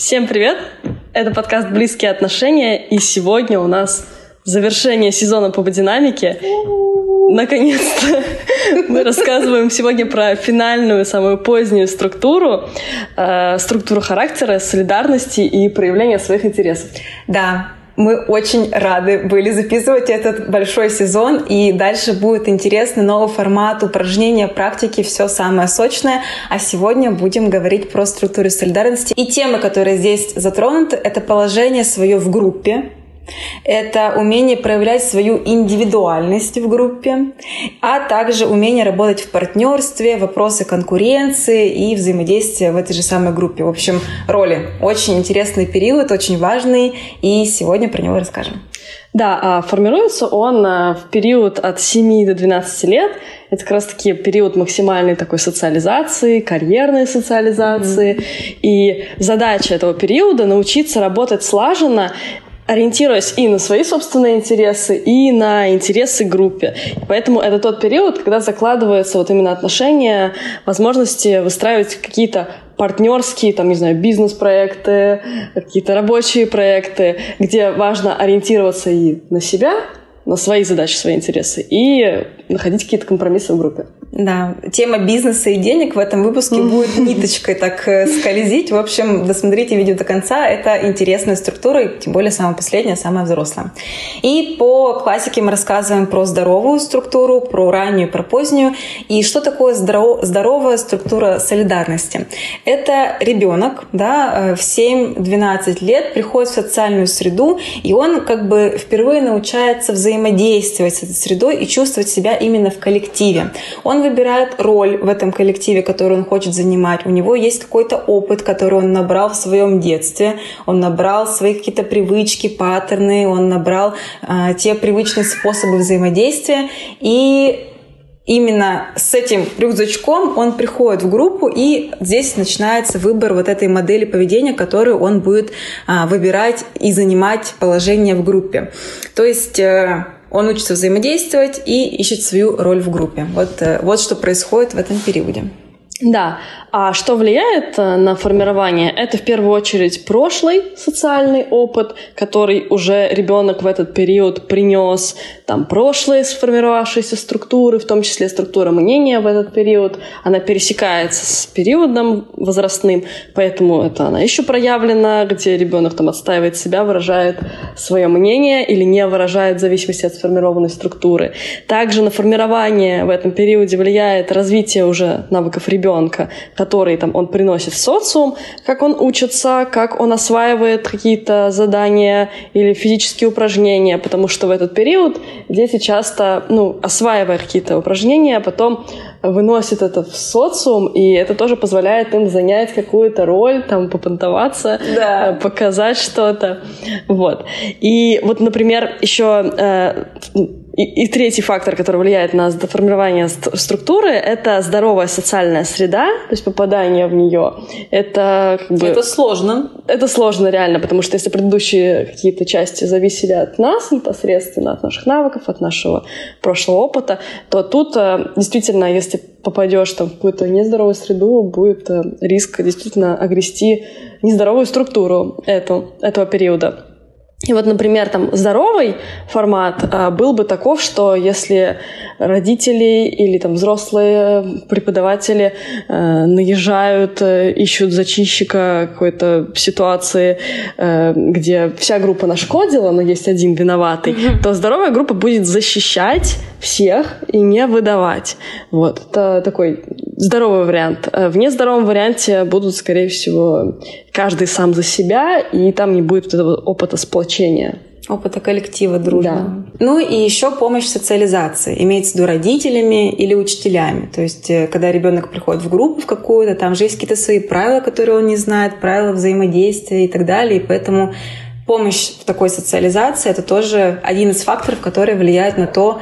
Всем привет! Это подкаст «Близкие отношения», и сегодня у нас завершение сезона по бодинамике. Наконец-то мы рассказываем сегодня про финальную, самую позднюю структуру характера, солидарности и проявления своих интересов. Да, мы очень рады были записывать этот большой сезон, и дальше будет интересный новый формат, упражнения, практики, все самое сочное. А сегодня будем говорить про структуру солидарности. И темы, которые здесь затронуты, это положение свое в группе, это умение проявлять свою индивидуальность в группе, а также умение работать в партнерстве, вопросы конкуренции и взаимодействия в этой же самой группе. В общем, роли. Очень интересный период, очень важный, и сегодня про него расскажем. Да, формируется он в период от 7 до 12 лет. Это как раз-таки период максимальной такой социализации, карьерной социализации. И задача этого периода — научиться работать слаженно, ориентируясь и на свои собственные интересы, и на интересы группы. Поэтому это тот период, когда закладываются вот именно отношения, возможности выстраивать какие-то партнерские, бизнес-проекты, какие-то рабочие проекты, где важно ориентироваться и на себя, на свои задачи, свои интересы, и находить какие-то компромиссы в группе. Да, тема бизнеса и денег в этом выпуске будет ниточкой так скользить. В общем, досмотрите видео до конца. Это интересная структура, и тем более самая последняя, самая взрослая. И по классике мы рассказываем про здоровую структуру, про раннюю, про позднюю. И что такое здоровая структура солидарности? Это ребенок, в 7-12 лет приходит в социальную среду, и он впервые научается взаимодействовать с этой средой и чувствовать себя именно в коллективе. Он выбирает роль в этом коллективе, которую он хочет занимать. У него есть какой-то опыт, который он набрал в своем детстве. Он набрал свои какие-то привычки, паттерны, он набрал те привычные способы взаимодействия. И именно с этим рюкзачком он приходит в группу, и здесь начинается выбор вот этой модели поведения, которую он будет выбирать и занимать положение в группе. То есть он учится взаимодействовать и ищет свою роль в группе. Вот что происходит в этом периоде. Да. А что влияет на формирование? Это в первую очередь прошлый социальный опыт, который уже ребенок в этот период принес, прошлые сформировавшиеся структуры, в том числе структура мнения в этот период, она пересекается с периодом возрастным, поэтому это она еще проявлена, где ребенок отстаивает себя, выражает свое мнение или не выражает в зависимости от сформированной структуры. Также на формирование в этом периоде влияет развитие уже навыков ребенка, который он приносит в социум, как он учится, как он осваивает какие-то задания или физические упражнения, потому что в этот период дети часто, осваивая какие-то упражнения, потом выносят это в социум, и это тоже позволяет им занять какую-то роль, попонтоваться, показать что-то. И например, еще и третий фактор, который влияет на формирование структуры, это здоровая социальная среда, то есть попадание в нее. Это Это сложно. Это сложно реально, потому что если предыдущие какие-то части зависели от нас непосредственно, от наших навыков, от нашего прошлого опыта, то тут действительно, если попадешь в какую-то нездоровую среду, будет риск действительно огрести нездоровую структуру этого периода. И например, здоровый формат был бы таков, что если родители или взрослые преподаватели наезжают, ищут зачинщика какой-то ситуации, где вся группа нашкодила, но есть один виноватый, то здоровая группа будет защищать всех и не выдавать. Это такой здоровый вариант. В нездоровом варианте будут, скорее всего, каждый сам за себя, и там не будет этого опыта сплочения. Опыта коллектива, дружбы. Да. И еще помощь в социализации. Имеется в виду родителями или учителями. То есть, когда ребенок приходит в группу в какую-то, там же есть какие-то свои правила, которые он не знает, правила взаимодействия и так далее. И поэтому помощь в такой социализации – это тоже один из факторов, который влияет на то,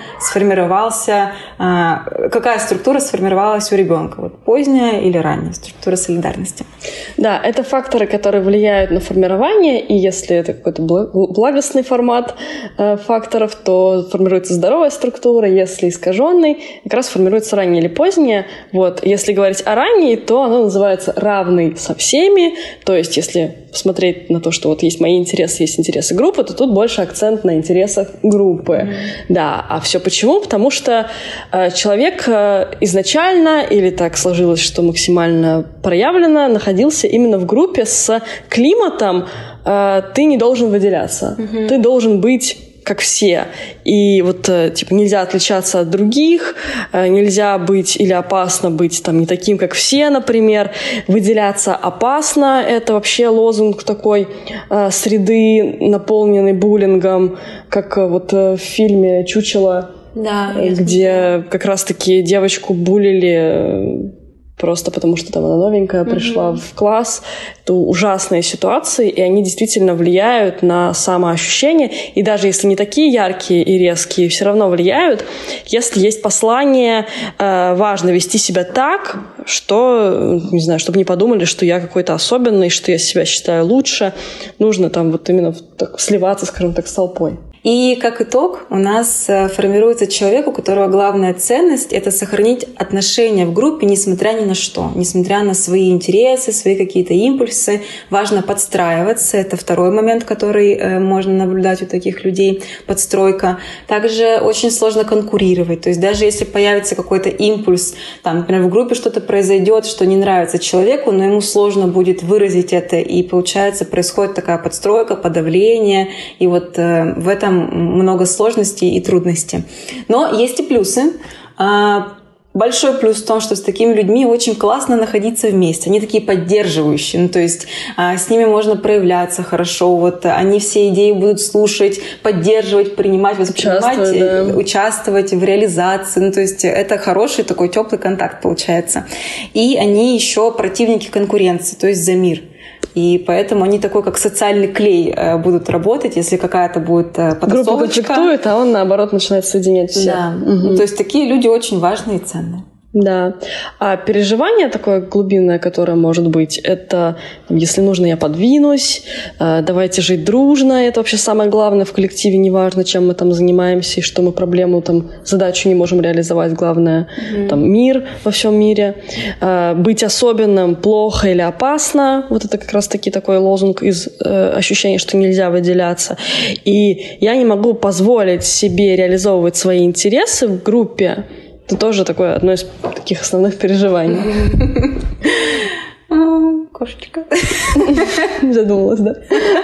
какая структура сформировалась у ребенка. Вот поздняя или ранняя структура солидарности. Да, это факторы, которые влияют на формирование, и если это какой-то благостный формат факторов, то формируется здоровая структура, если искаженный, как раз формируется ранняя или поздняя. Вот. Если говорить о ранней, то она называется равной со всеми, то есть если посмотреть на то, что вот есть мои интересы, есть интересы группы, то тут больше акцент на интересах группы. Да, а все почему? Потому что человек изначально, или так сложилось, что максимально проявленно, находился именно в группе с климатом «ты не должен выделяться, ты должен быть как все». И вот, типа, нельзя отличаться от других, нельзя быть или опасно быть там не таким, как все, например. Выделяться опасно — это вообще лозунг такой среды, наполненной буллингом, как вот в фильме «Чучело», да, где как раз-таки девочку буллили просто потому, что там она новенькая пришла в класс. Это ужасные ситуации, и они действительно влияют на самоощущение. И даже если не такие яркие и резкие, все равно влияют. Если есть послание, важно вести себя так, что, не знаю, чтобы не подумали, что я какой-то особенный, что я себя считаю лучше. Нужно там вот именно так сливаться, скажем так, с толпой. И как итог у нас формируется человек, у которого главная ценность — это сохранить отношения в группе, несмотря ни на что, несмотря на свои интересы, свои какие-то импульсы. Важно подстраиваться. Это второй момент, который можно наблюдать у таких людей — подстройка. Также очень сложно конкурировать. То есть даже если появится какой-то импульс, там, например, в группе что-то произойдет, что не нравится человеку, но ему сложно будет выразить это, и получается происходит такая подстройка, подавление, и вот в этом много сложностей и трудностей. Но есть и плюсы. Большой плюс в том, что с такими людьми очень классно находиться вместе. Они такие поддерживающие. Ну, то есть с ними можно проявляться хорошо. Вот они все идеи будут слушать, поддерживать, принимать, воспринимать, участвовать в реализации. Ну, то есть это хороший такой теплый контакт получается. И они еще противники конкуренции, то есть за мир. И поэтому они такой, как социальный клей, будут работать, если какая-то будет потасовочка. Группа конфликтует, а он, наоборот, начинает соединять всех. Да. То есть такие люди очень важные и ценные. Да. А переживание такое глубинное, которое может быть, это если нужно, я подвинусь, давайте жить дружно. Это вообще самое главное в коллективе, неважно, чем мы там занимаемся и что мы проблему, там, задачу не можем реализовать. Главное, там, мир во всем мире. Быть особенным плохо или опасно. Вот это как раз-таки такой лозунг из ощущения, что нельзя выделяться. И я не могу позволить себе реализовывать свои интересы в группе. Это тоже такое одно из таких основных переживаний. Кошечка. Задумалась, да?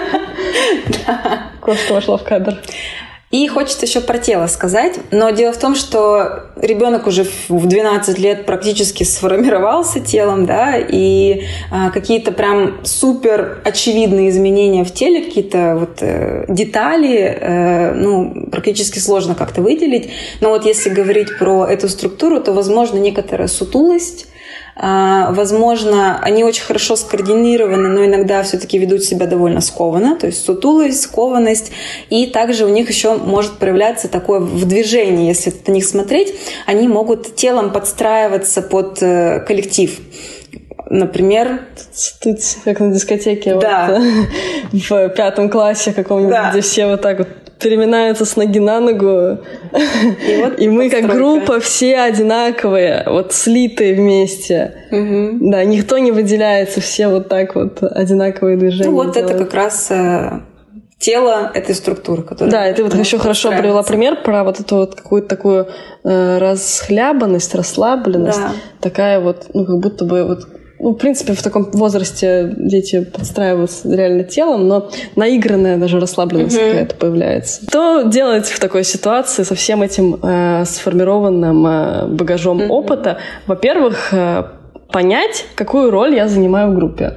Кошка вошла в кадр. И хочется еще про тело сказать. Но дело в том, что ребенок уже в 12 лет практически сформировался телом, да, и какие-то прям супер очевидные изменения в теле, какие-то вот детали, практически сложно как-то выделить. Но вот если говорить про эту структуру, то, возможно, некоторая сутулость. Возможно, они очень хорошо скоординированы, но иногда все-таки ведут себя довольно скованно, то есть сутулость, скованность. И также у них еще может проявляться такое в движении, если на них смотреть, они могут телом подстраиваться под коллектив. Например... Как на дискотеке, да. Вот, в 5 классе каком-нибудь, да. Где все вот так вот переминаются с ноги на ногу. И мы как группа все одинаковые, вот слитые вместе. Да, никто не выделяется, все вот так вот одинаковые движения. Ну вот делают. Это как раз тело этой структуры, которая... Да, и ты вот еще хорошо привела пример про вот эту вот какую-то такую расхлябанность, расслабленность. Да. Такая вот, как будто бы вот... в принципе, в таком возрасте дети подстраиваются реально телом, но наигранная даже расслабленность какая-то появляется. Что делать в такой ситуации со всем этим сформированным багажом опыта? Во-первых, понять, какую роль я занимаю в группе.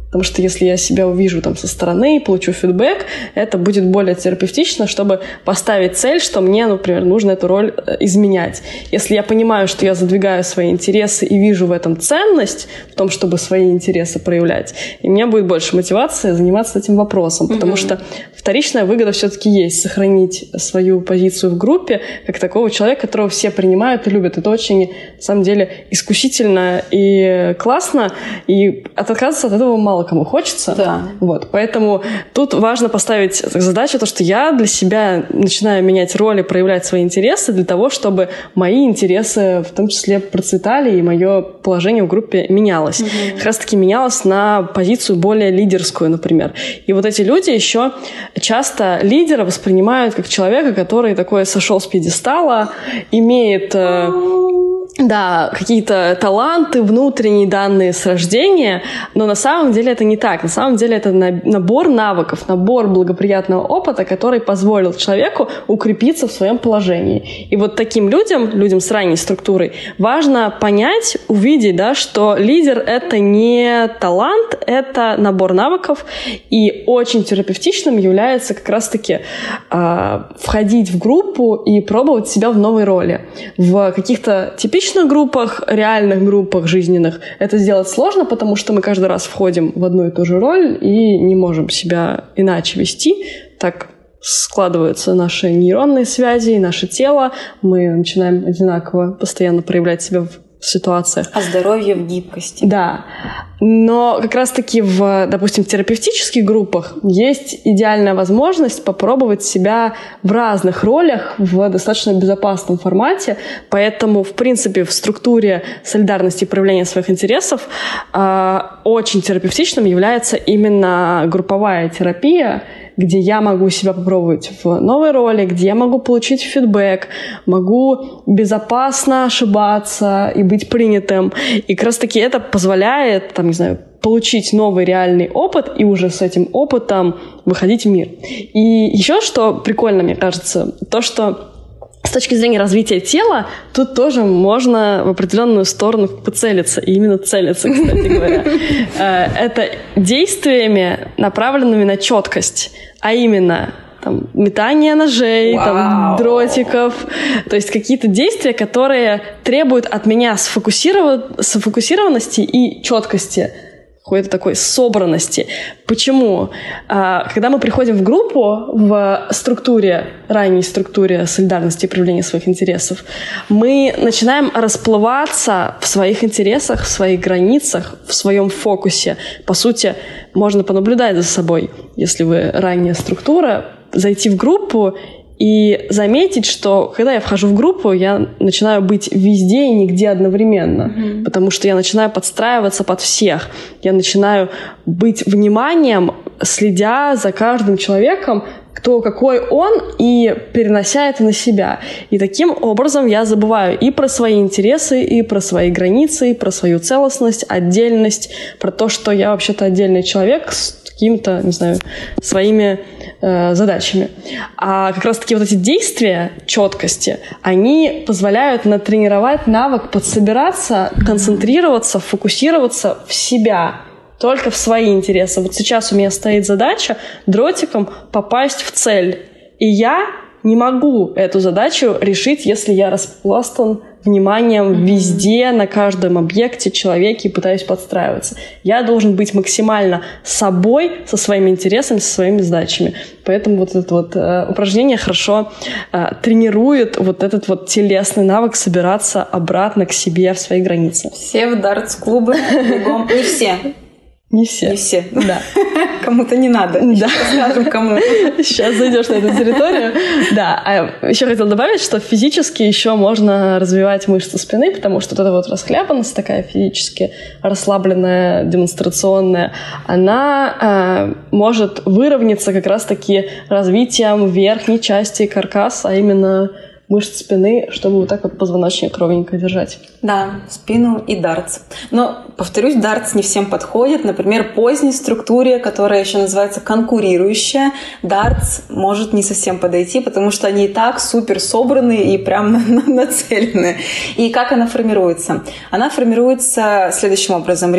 Потому что если я себя увижу там со стороны, получу фидбэк, это будет более терапевтично, чтобы поставить цель, что мне, например, нужно эту роль изменять. Если я понимаю, что я задвигаю свои интересы и вижу в этом ценность, в том, чтобы свои интересы проявлять, и у меня будет больше мотивации заниматься этим вопросом, потому что вторичная выгода все-таки есть — сохранить свою позицию в группе как такого человека, которого все принимают и любят. Это очень, на самом деле, искусительно и классно, и отказываться от этого мало кому хочется. Да. Вот. Поэтому тут важно поставить задачу, то, что я для себя начинаю менять роли, проявлять свои интересы для того, чтобы мои интересы в том числе процветали, и мое положение в группе менялось. Как раз-таки менялось на позицию более лидерскую, например. И вот эти люди еще часто лидера воспринимают как человека, который такой сошел с пьедестала, имеет... Да, какие-то таланты, внутренние данные с рождения, но на самом деле это не так. На самом деле это набор навыков, набор благоприятного опыта, который позволил человеку укрепиться в своем положении. И вот таким людям с ранней структурой, важно понять, увидеть, да, что лидер — это не талант, это набор навыков, и очень терапевтичным является как раз-таки входить в группу и пробовать себя в новой роли. В каких-то типичных группах, реальных группах жизненных это сделать сложно, потому что мы каждый раз входим в одну и ту же роль и не можем себя иначе вести. Так складываются наши нейронные связи и наше тело. Мы начинаем одинаково постоянно проявлять себя в ситуациях. А здоровье в гибкости. Да. Но как раз-таки допустим, в терапевтических группах есть идеальная возможность попробовать себя в разных ролях в достаточно безопасном формате. Поэтому, в принципе, в структуре солидарности и проявления своих интересов очень терапевтичным является именно групповая терапия, где я могу себя попробовать в новой роли, где я могу получить фидбэк, могу безопасно ошибаться и быть принятым. И как раз-таки это позволяет, получить новый реальный опыт и уже с этим опытом выходить в мир. И еще что прикольно, мне кажется, то, что с точки зрения развития тела, тут тоже можно в определенную сторону поцелиться, и именно целиться, кстати говоря. Это действиями, направленными на четкость, а именно метание ножей, дротиков, то есть какие-то действия, которые требуют от меня сфокусированности и четкости, какой-то такой собранности. Почему? Когда мы приходим в группу в ранней структуре солидарности и проявления своих интересов, мы начинаем расплываться в своих интересах, в своих границах, в своем фокусе. По сути, можно понаблюдать за собой, если вы ранняя структура, зайти в группу и заметить, что когда я вхожу в группу, я начинаю быть везде и нигде одновременно, потому что я начинаю подстраиваться под всех. Я начинаю быть вниманием, следя за каждым человеком, кто какой он, и перенося это на себя. И таким образом я забываю и про свои интересы, и про свои границы, и про свою целостность, отдельность, про то, что я вообще-то отдельный человек с какими-то, своими задачами. А как раз-таки вот эти действия четкости, они позволяют натренировать навык подсобираться, концентрироваться, фокусироваться в себя, только в свои интересы. Вот сейчас у меня стоит задача дротиком попасть в цель. И я не могу эту задачу решить, если я распластан вниманием везде, на каждом объекте, человеке и пытаюсь подстраиваться. Я должен быть максимально собой, со своими интересами, со своими задачами. Поэтому вот это упражнение хорошо тренирует вот этот телесный навык собираться обратно к себе, в свои границы. Все в дартс-клубы. Не все. Не все. Не все. Да. Кому-то не надо. Да. Скажем, кому. Сейчас зайдешь на эту территорию. Да. А еще хотела добавить, что физически еще можно развивать мышцы спины, потому что вот эта расхлябанность такая физически расслабленная, демонстрационная, она может выровняться как раз-таки развитием верхней части каркаса, а именно мышц спины, чтобы вот так вот позвоночник ровненько держать. Да, спину и дартс. Но, повторюсь, дартс не всем подходит. Например, поздней структуре, которая еще называется конкурирующая, дартс может не совсем подойти, потому что они и так супер собраны и прям нацелены. И как она формируется? Она формируется следующим образом.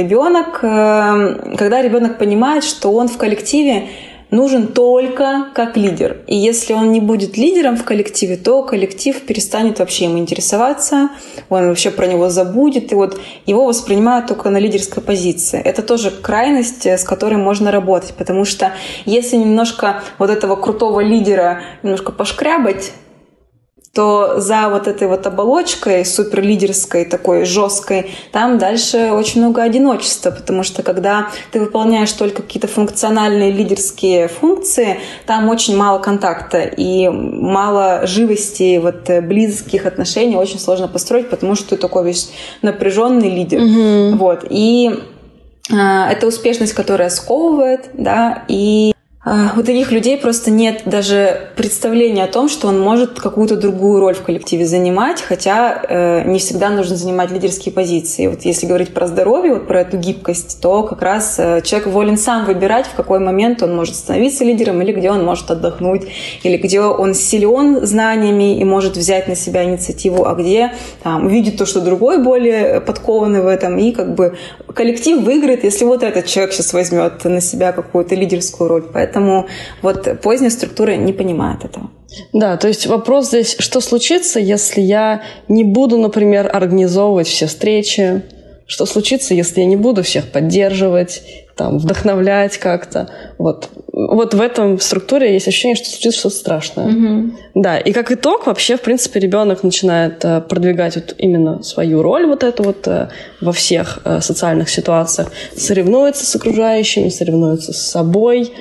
Когда ребенок понимает, что он в коллективе нужен только как лидер. И если он не будет лидером в коллективе, то коллектив перестанет вообще им интересоваться, он вообще про него забудет, и вот его воспринимают только на лидерской позиции. Это тоже крайность, с которой можно работать, потому что если немножко вот этого крутого лидера немножко пошкрябать, то за вот этой вот оболочкой суперлидерской, такой жесткой, там дальше очень много одиночества, потому что когда ты выполняешь только какие-то функциональные лидерские функции, там очень мало контакта и мало живости, вот близких отношений очень сложно построить, потому что ты такой весь напряженный лидер. Mm-hmm. Вот. И это успешность, которая сковывает, да, и у таких людей просто нет даже представления о том, что он может какую-то другую роль в коллективе занимать, хотя не всегда нужно занимать лидерские позиции. Вот если говорить про здоровье, вот про эту гибкость, то как раз человек волен сам выбирать, в какой момент он может становиться лидером, или где он может отдохнуть, или где он силен знаниями и может взять на себя инициативу, а где там увидит то, что другой более подкованный в этом, и как бы коллектив выиграет, если вот этот человек сейчас возьмет на себя какую-то лидерскую роль. Поэтому вот поздняя структура не понимает этого. Да, то есть вопрос здесь, что случится, если я не буду, например, организовывать все встречи? Что случится, если я не буду всех поддерживать, там, вдохновлять как-то? Вот в этом структуре есть ощущение, что случится что-то страшное. Mm-hmm. Да, и как итог, вообще, в принципе, ребенок начинает продвигать вот именно свою роль вот эту вот во всех социальных ситуациях. Соревнуется с окружающими, соревнуется с собой,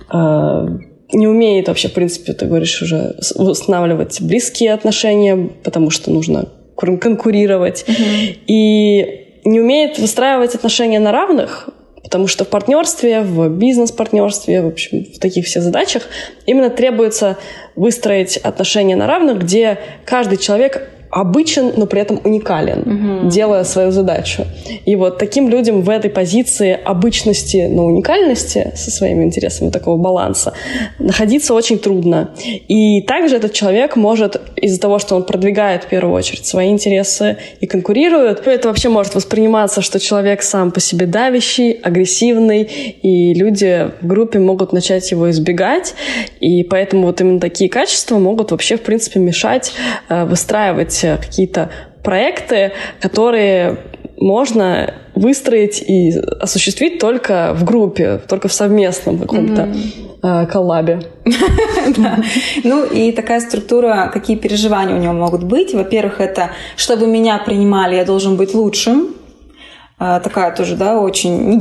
не умеет вообще, в принципе, ты говоришь, уже устанавливать близкие отношения, потому что нужно конкурировать. Mm-hmm. И не умеет выстраивать отношения на равных, потому что в партнерстве, в бизнес-партнерстве, в общем, в таких всех задачах именно требуется выстроить отношения на равных, где каждый человек обычен, но при этом уникален, делая свою задачу. И вот таким людям в этой позиции обычности, но уникальности со своими интересами, такого баланса, находиться очень трудно. И также этот человек может, из-за того, что он продвигает в первую очередь свои интересы и конкурирует, это вообще может восприниматься, что человек сам по себе давящий, агрессивный, и люди в группе могут начать его избегать. И поэтому вот именно такие качества могут вообще, в принципе, мешать выстраивать какие-то проекты, которые можно выстроить и осуществить только в группе, только в совместном каком-то коллабе. Ну и такая структура, какие переживания у него могут быть. Во-первых, это чтобы меня принимали, я должен быть лучшим. Такая тоже, да, очень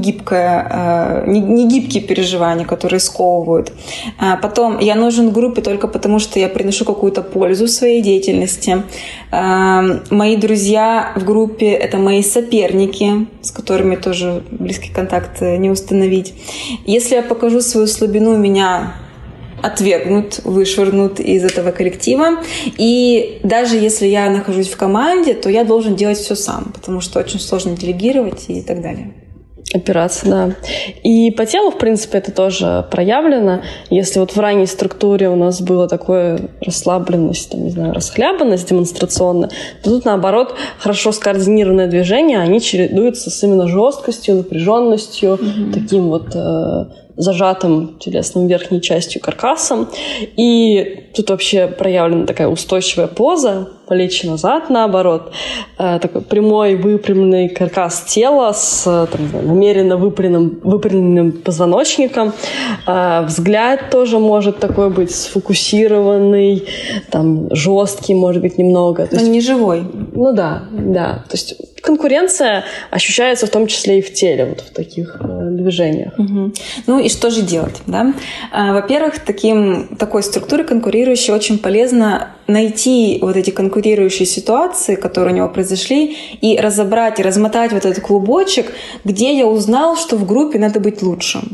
негибкие переживания, которые сковывают. Потом я нужен группе только потому, что я приношу какую-то пользу своей деятельности. Мои друзья в группе — это мои соперники, с которыми тоже близкий контакт не установить. Если я покажу свою слабину, меня отвергнут, вышвырнут из этого коллектива. И даже если я нахожусь в команде, то я должен делать все сам, потому что очень сложно делегировать и так далее. Опираться, да. И по телу, в принципе, это тоже проявлено. Если вот в ранней структуре у нас была такая расслабленность, там, не знаю, расхлябанность демонстрационная, то тут, наоборот, хорошо скоординированное движение, они чередуются с именно жесткостью, напряженностью, таким вот зажатым телесным верхней частью каркасом. И тут вообще проявлена такая устойчивая поза, плечи назад, наоборот. Такой прямой выпрямленный каркас тела с там, намеренно выпрямленным позвоночником. Взгляд тоже может такой быть сфокусированный, там, жесткий, может быть, немного. Но не живой. Ну да. То есть конкуренция ощущается в том числе и в теле, вот в таких движениях. Ну и что же делать? Да? Во-первых, такой структуре конкурирующей очень полезно найти вот эти конкурирующие ситуации, которые у него произошли, и разобрать, и размотать вот этот клубочек, где я узнал, что в группе надо быть лучшим.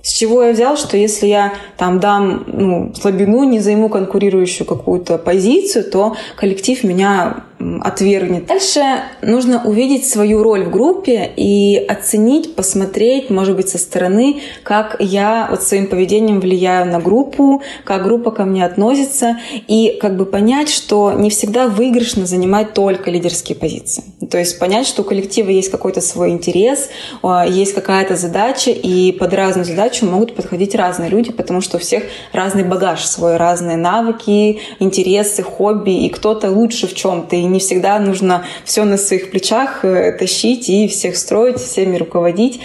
С чего я взял, что если я там дам слабину, не займу конкурирующую какую-то позицию, то коллектив меня отвергнет. Дальше нужно увидеть свою роль в группе и оценить, посмотреть, может быть, со стороны, как я своим поведением влияю на группу, как группа ко мне относится, и понять, что не всегда выигрышно занимать только лидерские позиции. То есть понять, что у коллектива есть какой-то свой интерес, есть какая-то задача, и под разную задачу могут подходить разные люди, потому что у всех разный багаж свой, разные навыки, интересы, хобби, и кто-то лучше в чем-то, и не всегда нужно все на своих плечах тащить и всех строить, всеми руководить,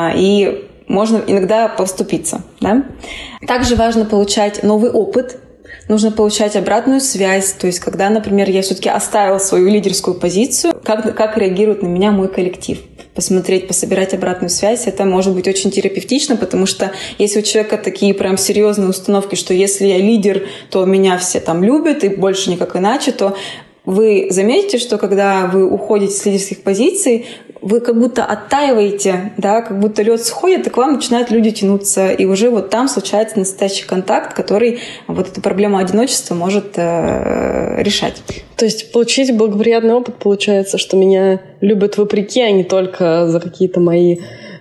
и можно иногда поступиться. Да? Также важно получать новый опыт, нужно получать обратную связь, то есть когда, например, я все-таки оставила свою лидерскую позицию, как реагирует на меня мой коллектив. Посмотреть, пособирать обратную связь, это может быть очень терапевтично, потому что если у человека такие прям серьезные установки, что если я лидер, то меня все там любят и больше никак иначе, то вы заметите, что когда вы уходите с лидерских позиций, вы как будто оттаиваете, да, как будто лед сходит, и к вам начинают люди тянуться, и уже там случается настоящий контакт, который эту проблему одиночества может решать. То есть получить благоприятный опыт, получается, что меня любят вопреки, а не только за какие-то мои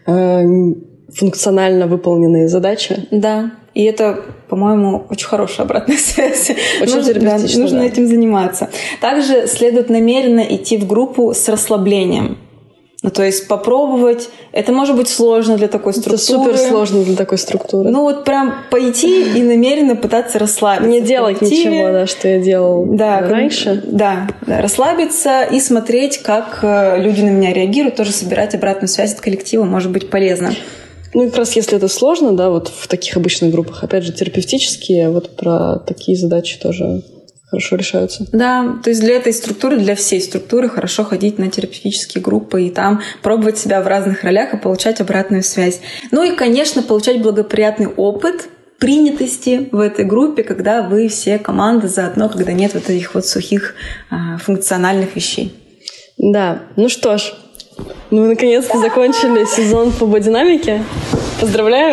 функционально выполненные задачи. Да. И это, по-моему, очень хорошая обратная связь. Очень терапевтично. Нужно этим заниматься. Также следует намеренно идти в группу с расслаблением. То есть попробовать. Это может быть сложно для такой структуры. Это супер сложно для такой структуры. Прям пойти и намеренно пытаться расслабиться. Не делать ничего, да, что я делал раньше. Да, расслабиться и смотреть, как люди на меня реагируют. Тоже собирать обратную связь от коллектива может быть полезно. Как раз если это сложно, да, в таких обычных группах, опять же, терапевтические, про такие задачи тоже хорошо решаются. Да, то есть для этой структуры, для всей структуры хорошо ходить на терапевтические группы и там пробовать себя в разных ролях и получать обратную связь. И, конечно, получать благоприятный опыт принятости в этой группе, когда вы все команда заодно, когда нет этих сухих функциональных вещей. Да, что ж, мы наконец-то закончили сезон по бодинамике. Поздравляю!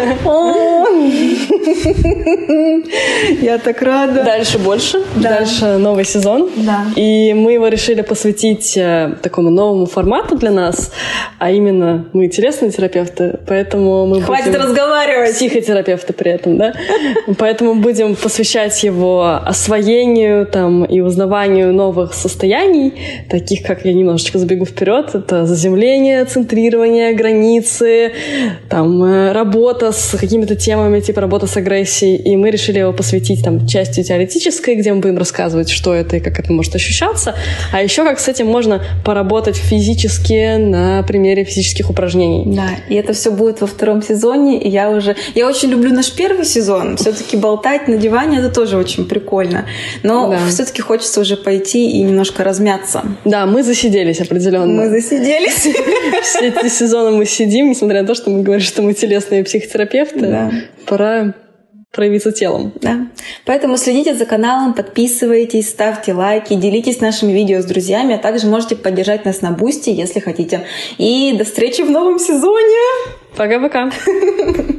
Я так рада. Дальше больше. Да. Дальше новый сезон. Да. И мы его решили посвятить такому новому формату для нас, а именно мы телесные терапевты, поэтому мы Хватит разговаривать! Психотерапевты при этом, да? Поэтому будем посвящать его освоению и узнаванию новых состояний, таких как, я немножечко забегу вперед, это заземление, центрирование, границы, работа с какими-то темами, типа работа с агрессией, и мы решили его посвятить части теоретической, где мы будем рассказывать, что это и как это может ощущаться, а еще как с этим можно поработать физически на примере физических упражнений. Да, и это все будет во втором сезоне, и я очень люблю наш первый сезон, все-таки болтать на диване это тоже очень прикольно, но все-таки хочется уже пойти и немножко размяться. Да, мы засиделись определенно. Мы засиделись. Все эти сезоны мы сидим, несмотря на то, что мы говорим, что мы телесные психотерапевты. Да. Пора проявиться телом. Да. Поэтому следите за каналом, подписывайтесь, ставьте лайки, делитесь нашими видео с друзьями, а также можете поддержать нас на Бусти, если хотите. И до встречи в новом сезоне! Пока-пока!